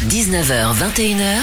19h, 21h.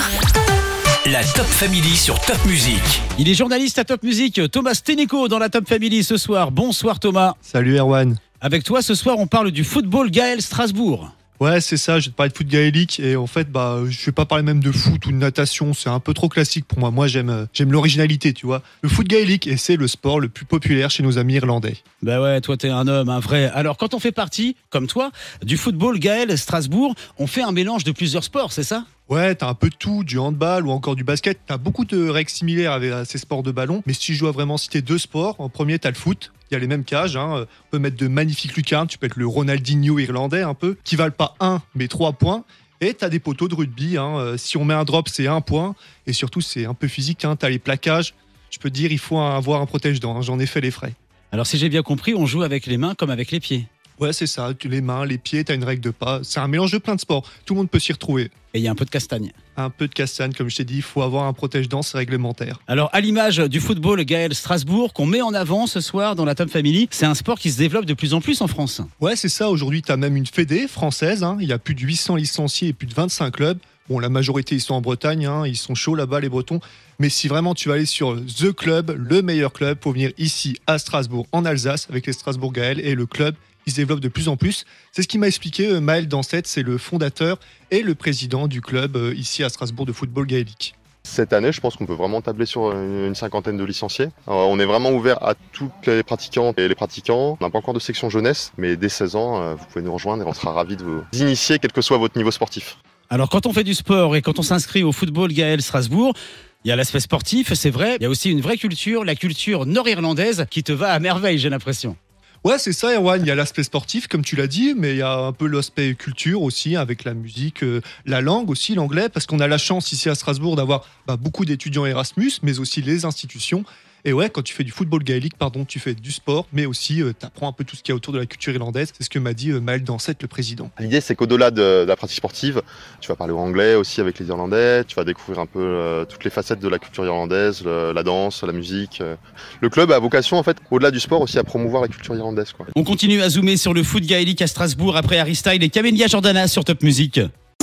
La Top Family sur Top Music. Il est journaliste à Top Music, Thomas Steneco dans la Top Family ce soir. Bonsoir Thomas. Salut Erwan. Avec toi ce soir on parle du football Gaël Strasbourg. Ouais, c'est ça, je vais te parler de foot gaélique et en fait, je vais pas parler même de foot ou de natation, c'est un peu trop classique pour moi. Moi, j'aime l'originalité, tu vois. Le foot gaélique, et c'est le sport le plus populaire chez nos amis irlandais. Bah ouais, toi t'es un homme, un vrai. Alors quand on fait partie, comme toi, du football Gaël Strasbourg, on fait un mélange de plusieurs sports, c'est ça ? Ouais, t'as un peu de tout, du handball ou encore du basket. T'as beaucoup de règles similaires avec ces sports de ballon. Mais si je dois vraiment citer deux sports, en premier, t'as le foot. Il y a les mêmes cages. On peut mettre de magnifiques lucarnes. Tu peux être le Ronaldinho irlandais un peu, qui valent pas 1, mais 3 points. Et t'as des poteaux de rugby. Si on met un drop, c'est 1 point. Et surtout, c'est un peu physique. T'as les plaquages. Je peux te dire, il faut avoir un protège-dents. J'en ai fait les frais. Alors si j'ai bien compris, on joue avec les mains comme avec les pieds. Ouais, c'est ça. Les mains, les pieds, t'as une règle de pas. C'est un mélange de plein de sports. Tout le monde peut s'y retrouver. Et il y a un peu de castagne. Un peu de castagne, comme je t'ai dit, il faut avoir un protège-dents, c'est réglementaire. Alors, à l'image du football Gaël Strasbourg qu'on met en avant ce soir dans la Top Family, c'est un sport qui se développe de plus en plus en France. Ouais, c'est ça. Aujourd'hui, tu as même une fédé française. Il y a plus de 800 licenciés et plus de 25 clubs. Bon, la majorité, ils sont en Bretagne. Ils sont chauds là-bas, les Bretons. Mais si vraiment tu vas aller sur The Club, le meilleur club, pour venir ici à Strasbourg, en Alsace, avec les Strasbourg Gaël et le club, il se développe de plus en plus. C'est ce qui m'a expliqué Maël Dansette, c'est le fondateur et le président du club ici à Strasbourg de football gaélique. Cette année, je pense qu'on peut vraiment tabler sur une cinquantaine de licenciés. On est vraiment ouvert à toutes les pratiquantes et les pratiquants. On n'a pas encore de section jeunesse, mais dès 16 ans, vous pouvez nous rejoindre et on sera ravis de vous initier, quel que soit votre niveau sportif. Alors quand on fait du sport et quand on s'inscrit au football Gaël Strasbourg, il y a l'aspect sportif, c'est vrai. Il y a aussi une vraie culture, la culture nord-irlandaise qui te va à merveille, j'ai l'impression. Ouais, c'est ça, Erwan. Il y a l'aspect sportif, comme tu l'as dit, mais il y a un peu l'aspect culture aussi, avec la musique, la langue aussi, l'anglais, parce qu'on a la chance ici à Strasbourg d'avoir beaucoup d'étudiants Erasmus, mais aussi les institutions. Et ouais, quand tu fais du football gaélique, tu fais du sport, mais aussi tu apprends un peu tout ce qu'il y a autour de la culture irlandaise. C'est ce que m'a dit Maël Dansette, le président. L'idée, c'est qu'au-delà de la pratique sportive, tu vas parler anglais aussi avec les Irlandais, tu vas découvrir un peu toutes les facettes de la culture irlandaise, la danse, la musique. Le club a vocation, en fait, au-delà du sport, aussi à promouvoir la culture irlandaise, quoi. On continue à zoomer sur le foot gaélique à Strasbourg après Harry Styles et Camélia Jordana sur Top Music.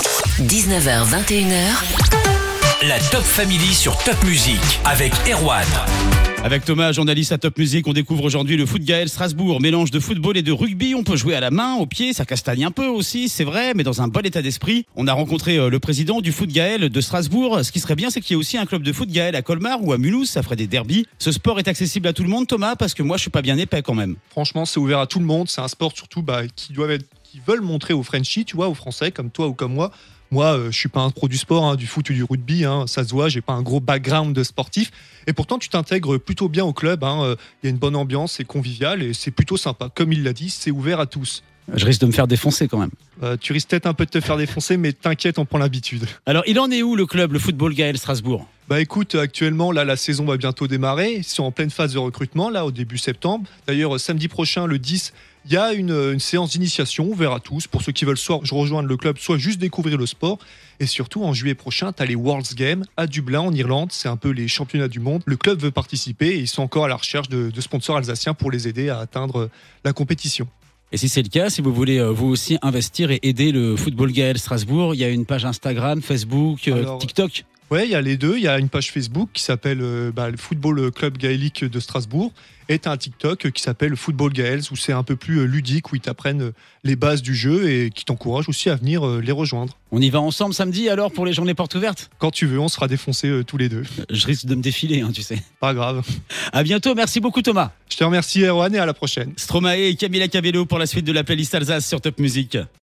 19h, 21h. La Top Family sur Top Music avec Erwan. Avec Thomas, journaliste à Top Music, on découvre aujourd'hui le foot Gaël Strasbourg. Mélange de football et de rugby, on peut jouer à la main, au pied, ça castagne un peu aussi, c'est vrai, mais dans un bon état d'esprit. On a rencontré le président du foot Gaël de Strasbourg. Ce qui serait bien, c'est qu'il y ait aussi un club de foot Gaël à Colmar ou à Mulhouse, ça ferait des derbies. Ce sport est accessible à tout le monde, Thomas, parce que moi je suis pas bien épais quand même. Franchement, c'est ouvert à tout le monde. C'est un sport surtout qui veulent montrer aux Frenchies, tu vois, aux Français comme toi ou comme moi. Moi, je suis pas un pro du sport, du foot ou du rugby, ça se voit, j'ai pas un gros background de sportif. Et pourtant, tu t'intègres plutôt bien au club. Il y a une bonne ambiance, c'est convivial et c'est plutôt sympa. Comme il l'a dit, c'est ouvert à tous. Je risque de me faire défoncer quand même. Tu risques peut-être un peu de te faire défoncer, mais t'inquiète, on prend l'habitude. Alors, il en est où le club, le football Gaël Strasbourg ? Écoute, actuellement, là, la saison va bientôt démarrer. Ils sont en pleine phase de recrutement, là, au début septembre. D'ailleurs, samedi prochain, le 10, il y a une séance d'initiation ouverte à tous pour ceux qui veulent soit rejoindre le club, soit juste découvrir le sport. Et surtout, en juillet prochain, tu as les World's Games à Dublin, en Irlande. C'est un peu les championnats du monde. Le club veut participer et ils sont encore à la recherche de sponsors alsaciens pour les aider à atteindre la compétition. Et si c'est le cas, si vous voulez vous aussi investir et aider le football Gaël Strasbourg, il y a une page Instagram, Facebook, TikTok. Ouais, il y a les deux. Il y a une page Facebook qui s'appelle le Football Club Gaélique de Strasbourg et tu as un TikTok qui s'appelle Football Gaëls où c'est un peu plus ludique, où ils t'apprennent les bases du jeu et qui t'encouragent aussi à venir les rejoindre. On y va ensemble samedi alors pour les journées portes ouvertes ? Quand tu veux, on sera défoncés tous les deux. Je risque de me défiler, tu sais. Pas grave. À bientôt, merci beaucoup Thomas. Je te remercie Erwan et à la prochaine. Stromae et Camila Cabello pour la suite de la playlist Alsace sur Top Music.